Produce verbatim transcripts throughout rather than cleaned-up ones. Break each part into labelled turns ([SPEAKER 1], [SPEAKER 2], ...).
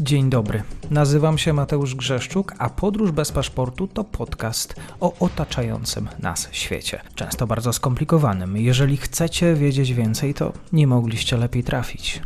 [SPEAKER 1] Dzień dobry, nazywam się Mateusz Grzeszczuk, a Podróż bez paszportu to podcast o otaczającym nas świecie. Często bardzo skomplikowanym. Jeżeli chcecie wiedzieć więcej, to nie mogliście lepiej trafić.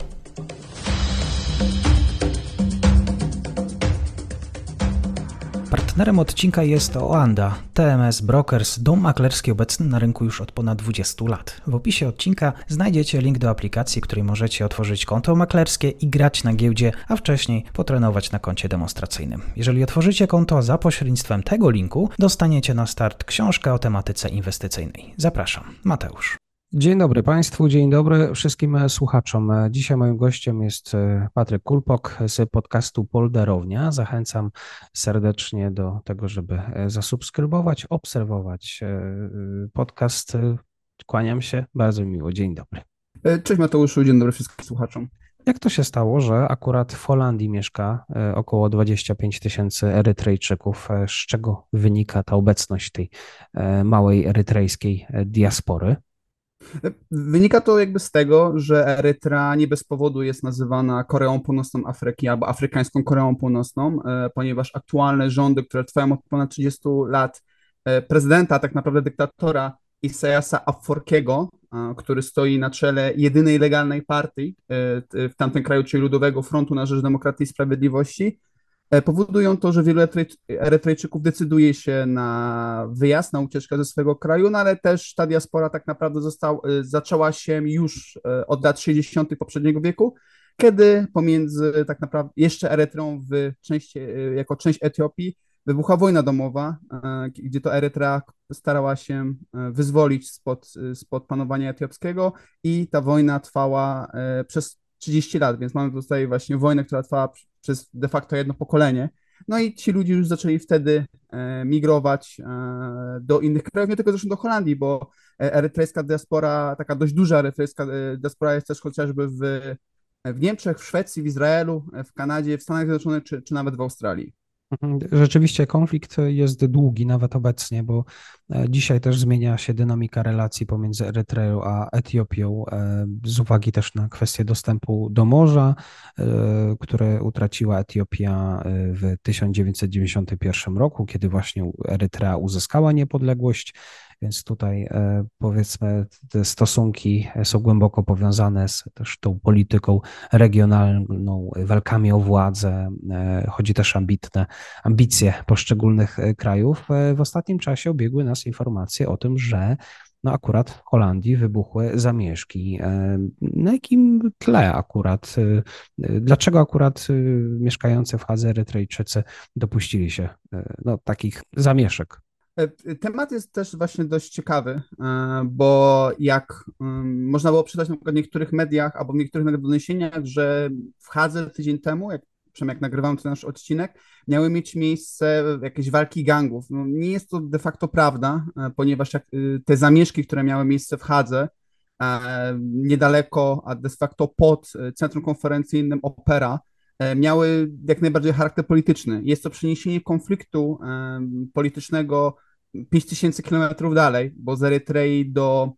[SPEAKER 1] Partnerem odcinka jest Oanda, T M S Brokers, dom maklerski obecny na rynku już od ponad dwudziestu lat. W opisie odcinka znajdziecie link do aplikacji, w której możecie otworzyć konto maklerskie i grać na giełdzie, a wcześniej potrenować na koncie demonstracyjnym. Jeżeli otworzycie konto za pośrednictwem tego linku, dostaniecie na start książkę o tematyce inwestycyjnej. Zapraszam, Mateusz.
[SPEAKER 2] Dzień dobry Państwu, dzień dobry wszystkim słuchaczom. Dzisiaj moim gościem jest Patryk Kulpok z podcastu Polderownia. Zachęcam serdecznie do tego, żeby zasubskrybować, obserwować podcast. Kłaniam się, bardzo miło. Dzień dobry.
[SPEAKER 3] Cześć Mateuszu, dzień dobry wszystkim słuchaczom.
[SPEAKER 2] Jak to się stało, że akurat w Holandii mieszka około dwadzieścia pięć tysięcy Erytrejczyków? Z czego wynika ta obecność tej małej erytrejskiej diaspory?
[SPEAKER 3] Wynika to jakby z tego, że Erytrea nie bez powodu jest nazywana Koreą Północną Afryki albo Afrykańską Koreą Północną, ponieważ aktualne rządy, które trwają od ponad trzydziestu lat, prezydenta, a tak naprawdę dyktatora Isaiasa Afwerkiego, który stoi na czele jedynej legalnej partii w tamtym kraju, czyli Ludowego Frontu na Rzecz Demokracji i Sprawiedliwości, powodują to, że wielu Erytrejczyków decyduje się na wyjazd, na ucieczkę ze swojego kraju, no ale też ta diaspora tak naprawdę został, zaczęła się już od lat sześćdziesiątych poprzedniego wieku, kiedy pomiędzy tak naprawdę jeszcze Erytreą w części, jako część Etiopii wybuchła wojna domowa, gdzie to Erytrea starała się wyzwolić spod, spod panowania etiopskiego i ta wojna trwała przez trzydzieści lat, więc mamy tutaj właśnie wojnę, która trwała przez de facto jedno pokolenie. No i ci ludzie już zaczęli wtedy migrować do innych krajów, nie tylko zresztą do Holandii, bo erytrejska diaspora, taka dość duża erytrejska diaspora jest też chociażby w, w Niemczech, w Szwecji, w Izraelu, w Kanadzie, w Stanach Zjednoczonych czy, czy nawet w Australii.
[SPEAKER 2] Rzeczywiście konflikt jest długi nawet obecnie, bo dzisiaj też zmienia się dynamika relacji pomiędzy Erytreą a Etiopią z uwagi też na kwestię dostępu do morza, które utraciła Etiopia w tysiąc dziewięćset dziewięćdziesiątym pierwszym roku, kiedy właśnie Erytrea uzyskała niepodległość. Więc tutaj powiedzmy te stosunki są głęboko powiązane z też tą polityką regionalną, walkami o władzę. Chodzi też o ambitne, ambicje poszczególnych krajów. W ostatnim czasie obiegły nas informacje o tym, że no akurat w Holandii wybuchły zamieszki. Na jakim tle akurat, dlaczego akurat mieszkający w Hadze Erytrejczycy dopuścili się no, takich zamieszek?
[SPEAKER 3] Temat jest też właśnie dość ciekawy, bo jak można było przeczytać na przykład w niektórych mediach albo w niektórych doniesieniach, że w Hadze tydzień temu, jak, przynajmniej jak nagrywałem ten nasz odcinek, miały mieć miejsce jakieś walki gangów. No, nie jest to de facto prawda, ponieważ jak te zamieszki, które miały miejsce w Hadze, niedaleko, a de facto pod centrum konferencyjnym Opera, miały jak najbardziej charakter polityczny. Jest to przeniesienie konfliktu politycznego pięć tysięcy kilometrów dalej, bo z Erytrei do,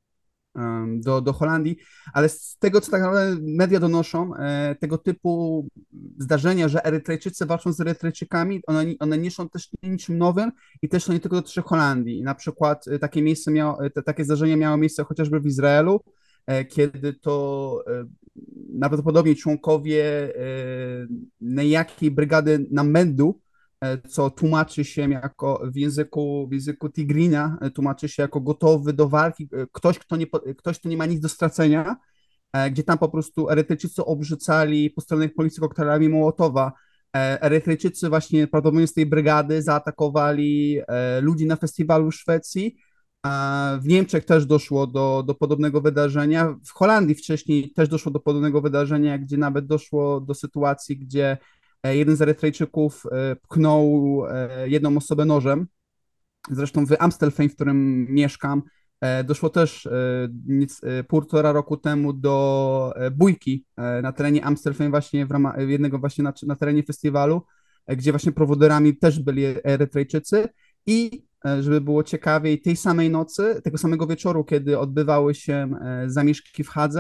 [SPEAKER 3] do, do Holandii, ale z tego, co tak naprawdę media donoszą, tego typu zdarzenia, że Erytrejczycy walczą z Erytrejczykami, one, one nie są też niczym nowym i też to nie tylko dotyczy Holandii. Na przykład takie miejsce miało, te, takie zdarzenia miało miejsce chociażby w Izraelu, kiedy to najprawdopodobniej członkowie niejakiej brygady Namendu, co tłumaczy się jako w języku, w języku Tigrina, tłumaczy się jako gotowy do walki, ktoś, kto nie, ktoś, kto nie ma nic do stracenia, gdzie tam po prostu Erytrejczycy obrzucali posterunek policji koktajlami Mołotowa. Erytrejczycy właśnie prawdopodobnie z tej brygady zaatakowali ludzi na festiwalu w Szwecji. W Niemczech też doszło do, do podobnego wydarzenia. W Holandii wcześniej też doszło do podobnego wydarzenia, gdzie nawet doszło do sytuacji, gdzie jeden z Erytrejczyków pchnął jedną osobę nożem. Zresztą w Amstelveen, w którym mieszkam, doszło też nic, półtora roku temu do bójki na terenie Amstelveen, właśnie w ramach jednego właśnie na, na terenie festiwalu, gdzie właśnie prowodyrami też byli Erytrejczycy i żeby było ciekawiej, tej samej nocy, tego samego wieczoru, kiedy odbywały się zamieszki w Hadze,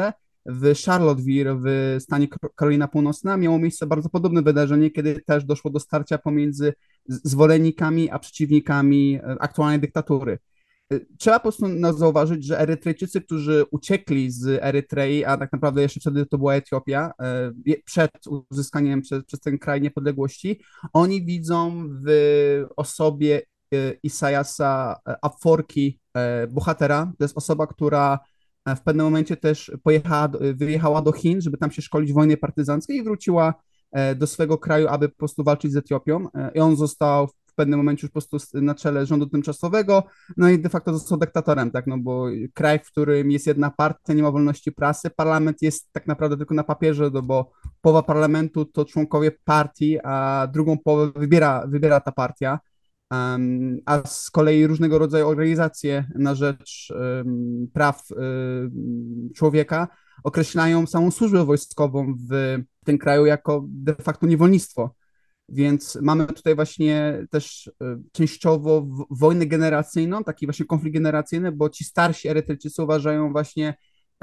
[SPEAKER 3] w Charlottesville w stanie Karolina Północna miało miejsce bardzo podobne wydarzenie, kiedy też doszło do starcia pomiędzy zwolennikami a przeciwnikami aktualnej dyktatury. Trzeba po prostu zauważyć, że Erytrejczycy, którzy uciekli z Erytrei, a tak naprawdę jeszcze wtedy to była Etiopia, przed uzyskaniem przez, przez ten kraj niepodległości, oni widzą w osobie Isaiasa Afwerki bohatera. To jest osoba, która w pewnym momencie też pojechała, wyjechała do Chin, żeby tam się szkolić w wojnie partyzanckiej i wróciła do swojego kraju, aby po prostu walczyć z Etiopią. I on został w pewnym momencie już po prostu na czele rządu tymczasowego, no i de facto został dyktatorem, tak, no bo kraj, w którym jest jedna partia, nie ma wolności prasy, parlament jest tak naprawdę tylko na papierze, no bo połowa parlamentu to członkowie partii, a drugą połowę wybiera, wybiera ta partia, um, a z kolei różnego rodzaju organizacje na rzecz um, praw um, człowieka określają samą służbę wojskową w tym kraju jako de facto niewolnictwo. Więc mamy tutaj właśnie też częściowo wojnę generacyjną, taki właśnie konflikt generacyjny, bo ci starsi Erytrejczycy uważają właśnie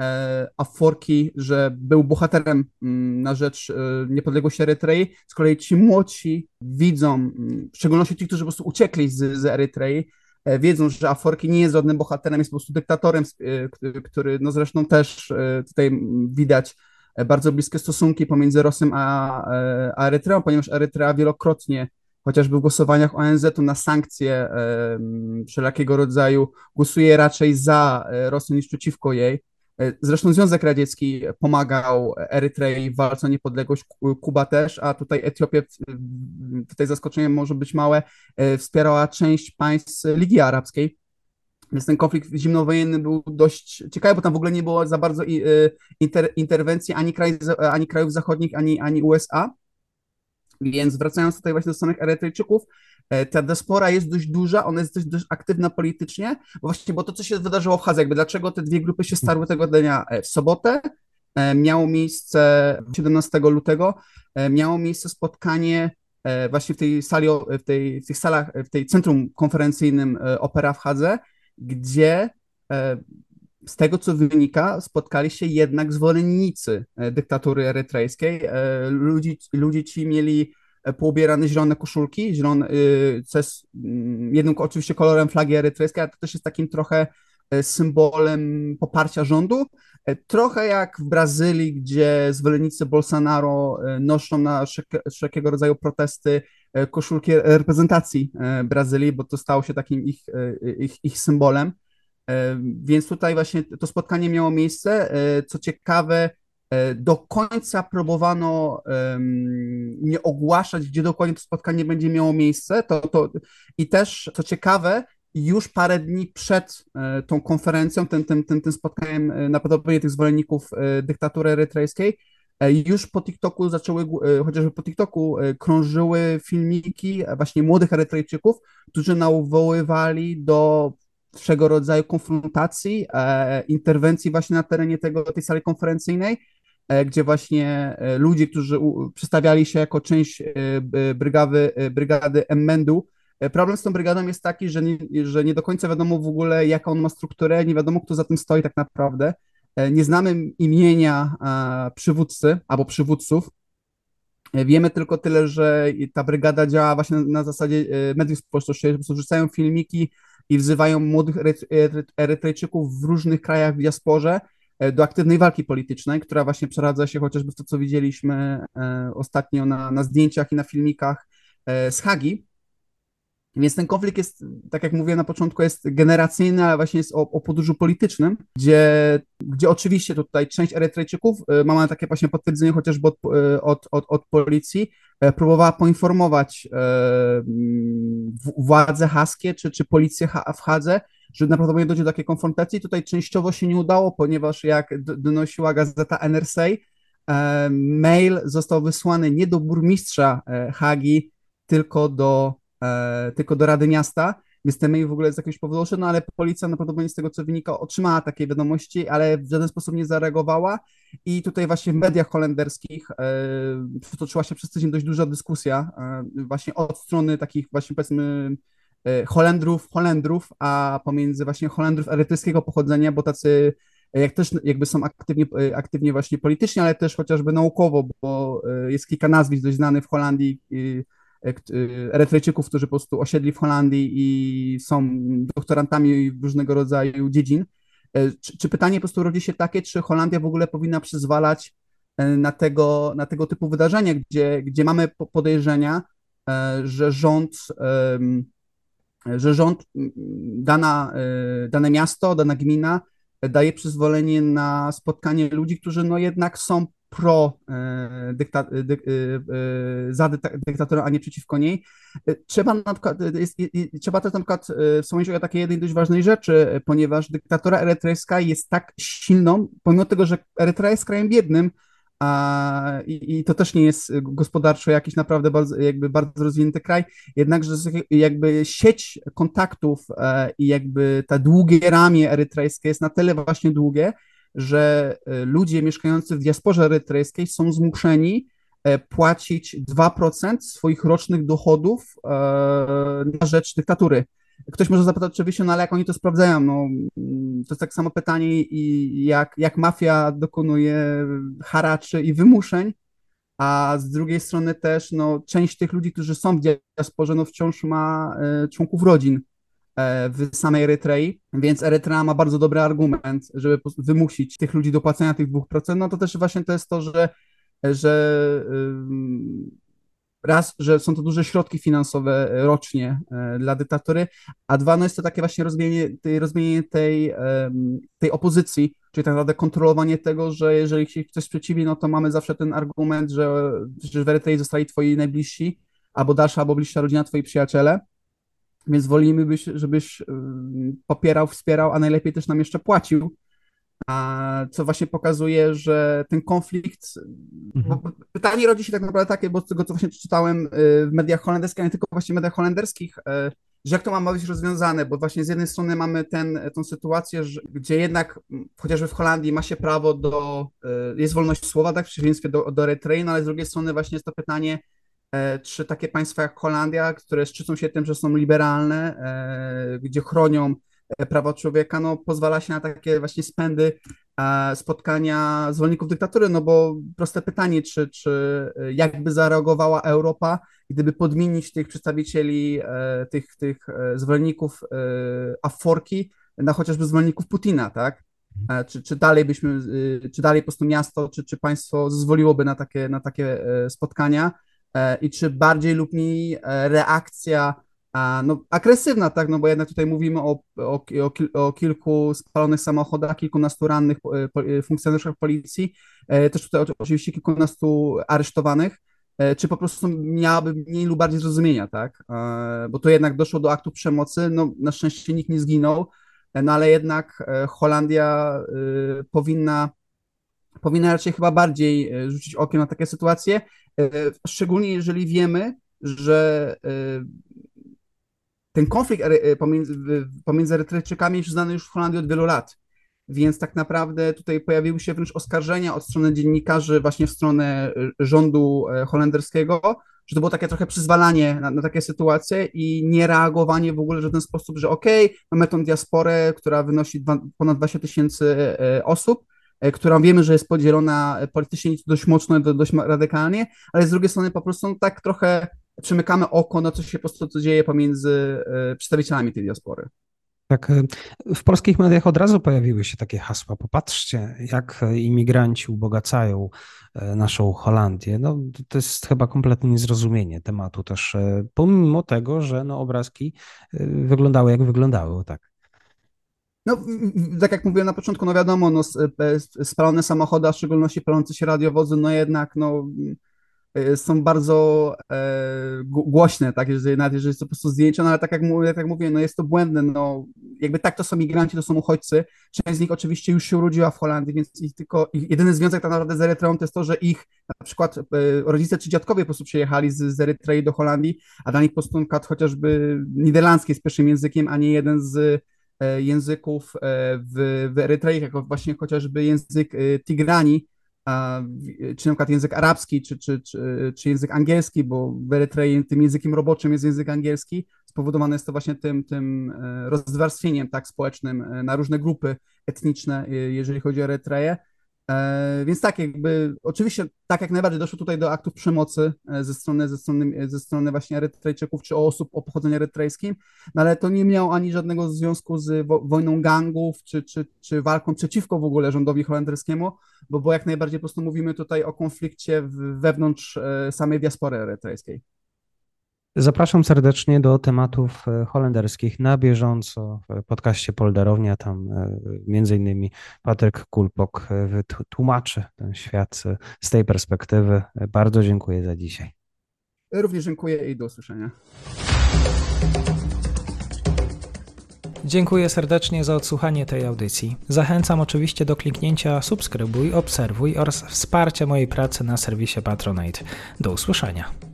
[SPEAKER 3] Afwerki, że był bohaterem na rzecz niepodległości Erytrei, z kolei ci młodsi widzą, w szczególności ci, którzy po prostu uciekli z, z Erytrei, wiedzą, że Afwerki nie jest żadnym bohaterem, jest po prostu dyktatorem, który no zresztą też tutaj widać bardzo bliskie stosunki pomiędzy Rosją a, a Erytreą, ponieważ Erytrea wielokrotnie, chociażby w głosowaniach O N Z-u na sankcje e, wszelkiego rodzaju, głosuje raczej za Rosją niż przeciwko jej. Zresztą Związek Radziecki pomagał Erytrei w walce o niepodległość, Kuba też, a tutaj Etiopię, tutaj zaskoczenie może być małe, wspierała część państw Ligi Arabskiej. Więc ten konflikt zimnowojenny był dość ciekawy, bo tam w ogóle nie było za bardzo inter, interwencji ani, kraj, ani krajów zachodnich, ani, ani U S A. Więc wracając tutaj właśnie do samych Erytrejczyków, ta diaspora jest dość duża, ona jest dość, dość aktywna politycznie, bo właśnie, bo to, co się wydarzyło w Hadze, jakby dlaczego te dwie grupy się starły tego dnia w sobotę, miało miejsce siedemnastego lutego, miało miejsce spotkanie właśnie w tej sali, w tej, w tych salach, w tej centrum konferencyjnym Opera w Hadze, gdzie z tego, co wynika, spotkali się jednak zwolennicy dyktatury erytrejskiej. Ludzie, ludzie ci mieli poubierane zielone koszulki, zielone, co jest jednym oczywiście kolorem flagi erytrejskiej, ale to też jest takim trochę symbolem poparcia rządu. Trochę jak w Brazylii, gdzie zwolennicy Bolsonaro noszą na wszelkiego rodzaju protesty koszulki reprezentacji Brazylii, bo to stało się takim ich, ich, ich symbolem. Więc tutaj właśnie to spotkanie miało miejsce. Co ciekawe, do końca próbowano nie ogłaszać, gdzie dokładnie to spotkanie będzie miało miejsce. To, to, I też, co ciekawe, już parę dni przed tą konferencją, tym, tym, tym, tym spotkaniem najprawdopodobniej tych zwolenników dyktatury erytrejskiej, już po TikToku zaczęły, chociażby po TikToku krążyły filmiki właśnie młodych Erytrejczyków, którzy nawoływali do wszego rodzaju konfrontacji, e, interwencji właśnie na terenie tego, tej sali konferencyjnej, e, gdzie właśnie ludzie, którzy u, przedstawiali się jako część e, brygady, brygady Mmendu. Problem z tą brygadą jest taki, że nie, że nie do końca wiadomo w ogóle, jaką on ma strukturę, nie wiadomo, kto za tym stoi tak naprawdę. E, nie znamy imienia e, przywódcy albo przywódców. E, wiemy tylko tyle, że ta brygada działa właśnie na, na zasadzie e, mediów społecznościowych, po prostu wrzucają filmiki i wzywają młodych Erytrejczyków w różnych krajach w diasporze do aktywnej walki politycznej, która właśnie przeradza się chociażby w to, co widzieliśmy ostatnio na, na zdjęciach i na filmikach z Hagi. Więc ten konflikt jest, tak jak mówiłem na początku, jest generacyjny, ale właśnie jest o, o podłożu politycznym, gdzie, gdzie oczywiście tutaj część Erytrejczyków, mamy takie właśnie potwierdzenie chociażby od, od, od, od policji, próbowała poinformować władze haskie czy, czy policję w Hadze, że naprawdę dojdzie do takiej konfrontacji. Tutaj częściowo się nie udało, ponieważ jak donosiła gazeta N R C, mail został wysłany nie do burmistrza Hagi, tylko do tylko do Rady Miasta, więc ten mail w ogóle z jakiegoś powodu no ale policja prawdopodobnie z tego, co wynika, otrzymała takie wiadomości, ale w żaden sposób nie zareagowała i tutaj właśnie w mediach holenderskich e, przytoczyła się przez tydzień dość duża dyskusja e, właśnie od strony takich właśnie powiedzmy e, Holendrów, Holendrów, a pomiędzy właśnie Holendrów erytryjskiego pochodzenia, bo tacy jak też jakby są aktywnie, aktywnie właśnie politycznie, ale też chociażby naukowo, bo jest kilka nazwisk dość znanych w Holandii, Erytrejczyków, którzy po prostu osiedli w Holandii i są doktorantami różnego rodzaju dziedzin. Czy, czy pytanie po prostu rodzi się takie, czy Holandia w ogóle powinna przyzwalać na tego, na tego typu wydarzenia, gdzie, gdzie mamy podejrzenia, że rząd, że rząd, dana, dane miasto, dana gmina daje przyzwolenie na spotkanie ludzi, którzy no jednak są pro dykta, dy, za dyktatorem, a nie przeciwko niej. Trzeba na przykład, jest, trzeba też na przykład wspomnieć o takiej jednej dość ważnej rzeczy, ponieważ dyktatura erytrejska jest tak silną, pomimo tego, że Erytrea jest krajem biednym, a, i, i to też nie jest gospodarczo jakiś naprawdę bardzo, jakby bardzo rozwinięty kraj, jednakże jakby sieć kontaktów e, i jakby ta długie ramię erytrejskie jest na tyle właśnie długie, że ludzie mieszkający w diasporze erytrejskiej są zmuszeni płacić dwa procent swoich rocznych dochodów e, na rzecz dyktatury. Ktoś może zapytać oczywiście, no ale jak oni to sprawdzają? No, to jest tak samo pytanie, i jak, jak mafia dokonuje haraczy i wymuszeń, a z drugiej strony też no, część tych ludzi, którzy są w diasporze, no wciąż ma e, członków rodzin e, w samej Erytrei, więc Erytrea ma bardzo dobry argument, żeby po prostu wymusić tych ludzi do płacenia tych dwóch procent. No to też właśnie to jest to, że, że y, raz, że są to duże środki finansowe rocznie dla dyktatury, a dwa, no jest to takie właśnie rozmienienie tej, rozmienienie tej, tej opozycji, czyli tak naprawdę kontrolowanie tego, że jeżeli się ktoś sprzeciwi, no to mamy zawsze ten argument, że, że w Erytrei zostali twoi najbliżsi, albo dalsza, albo bliższa rodzina, twoi przyjaciele, więc wolimy, byś, żebyś popierał, wspierał, a najlepiej też nam jeszcze płacił, a co właśnie pokazuje, że ten konflikt, mhm. bo pytanie rodzi się tak naprawdę takie, bo z tego, co właśnie czytałem w mediach holenderskich, a nie tylko właśnie w mediach holenderskich, że jak to ma być rozwiązane, bo właśnie z jednej strony mamy ten, tą sytuację, że, gdzie jednak chociażby w Holandii ma się prawo do, jest wolność słowa, tak, w przeciwieństwie do, do Erytrei, no ale z drugiej strony właśnie jest to pytanie, czy takie państwa jak Holandia, które szczycą się tym, że są liberalne, gdzie chronią prawa człowieka, no pozwala się na takie właśnie spędy, spotkania zwolenników dyktatury, no bo proste pytanie, czy, czy jakby zareagowała Europa, gdyby podmienić tych przedstawicieli, tych, tych zwolenników Afforki na chociażby zwolenników Putina, tak? Czy, czy dalej byśmy, czy dalej po prostu miasto, czy, czy państwo zezwoliłoby na takie, na takie spotkania i czy bardziej lub mniej reakcja A, no, agresywna, tak, no bo jednak tutaj mówimy o, o, o, o kilku spalonych samochodach, kilkunastu rannych funkcjonariuszach policji, też tutaj oczywiście kilkunastu aresztowanych, czy po prostu miałaby mniej lub bardziej zrozumienia, tak, bo to jednak doszło do aktów przemocy, no na szczęście nikt nie zginął, no ale jednak Holandia powinna, powinna raczej chyba bardziej rzucić okiem na takie sytuacje, szczególnie jeżeli wiemy, że ten konflikt pomiędzy, pomiędzy Erytrejczykami jest znany już w Holandii od wielu lat, więc tak naprawdę tutaj pojawiły się wręcz oskarżenia od strony dziennikarzy właśnie w stronę rządu holenderskiego, że to było takie trochę przyzwalanie na, na takie sytuacje i nie reagowanie w ogóle w żaden sposób, że okej, okay, mamy tą diasporę, która wynosi dwa, ponad dwadzieścia tysięcy osób, która wiemy, że jest podzielona politycznie dość mocno, dość radykalnie, ale z drugiej strony po prostu tak trochę przymykamy oko na co się po prostu dzieje pomiędzy przedstawicielami tej diaspory.
[SPEAKER 2] Tak, w polskich mediach od razu pojawiły się takie hasła. Popatrzcie, jak imigranci ubogacają naszą Holandię. No, to jest chyba kompletne niezrozumienie tematu też, pomimo tego, że no, obrazki wyglądały jak wyglądały, tak.
[SPEAKER 3] No, tak jak mówiłem na początku, no wiadomo, no, spalone samochody, a w szczególności palące się radiowozy, no jednak, no, są bardzo e, głośne, tak, jeżeli, nawet jeżeli jest to po prostu zdjęcia, no ale tak jak, mówię, tak jak mówię, no jest to błędne, no jakby tak, to są migranci, to są uchodźcy, część z nich oczywiście już się urodziła w Holandii, więc ich tylko, ich jedyny związek tak naprawdę z Erytreą to jest to, że ich na przykład e, rodzice czy dziadkowie po prostu przyjechali z, z Erytrei do Holandii, a dla nich po prostu na przykład chociażby niderlandzki jest pierwszym językiem, a nie jeden z e, języków e, w, w Erytrei, jako właśnie chociażby język e, Tigrani, czy na przykład język arabski, czy, czy, czy, czy język angielski, bo w Erytrei tym językiem roboczym jest język angielski, spowodowane jest to właśnie tym, tym rozwarstwieniem tak społecznym na różne grupy etniczne, jeżeli chodzi o Erytreję. Więc tak, jakby oczywiście tak jak najbardziej doszło tutaj do aktów przemocy ze strony, ze strony, ze strony właśnie Erytrejczyków czy osób o pochodzeniu erytrejskim, no ale to nie miało ani żadnego związku z wo wojną gangów czy, czy, czy walką przeciwko w ogóle rządowi holenderskiemu, bo, bo jak najbardziej po prostu mówimy tutaj o konflikcie wewnątrz samej diaspory erytrejskiej.
[SPEAKER 2] Zapraszam serdecznie do tematów holenderskich na bieżąco w podcaście Polderownia. Tam między innymi Patryk Kulpok tłumaczy ten świat z tej perspektywy. Bardzo dziękuję za dzisiaj.
[SPEAKER 3] Również dziękuję i do usłyszenia.
[SPEAKER 1] Dziękuję serdecznie za odsłuchanie tej audycji. Zachęcam oczywiście do kliknięcia subskrybuj, obserwuj oraz wsparcia mojej pracy na serwisie Patronite. Do usłyszenia.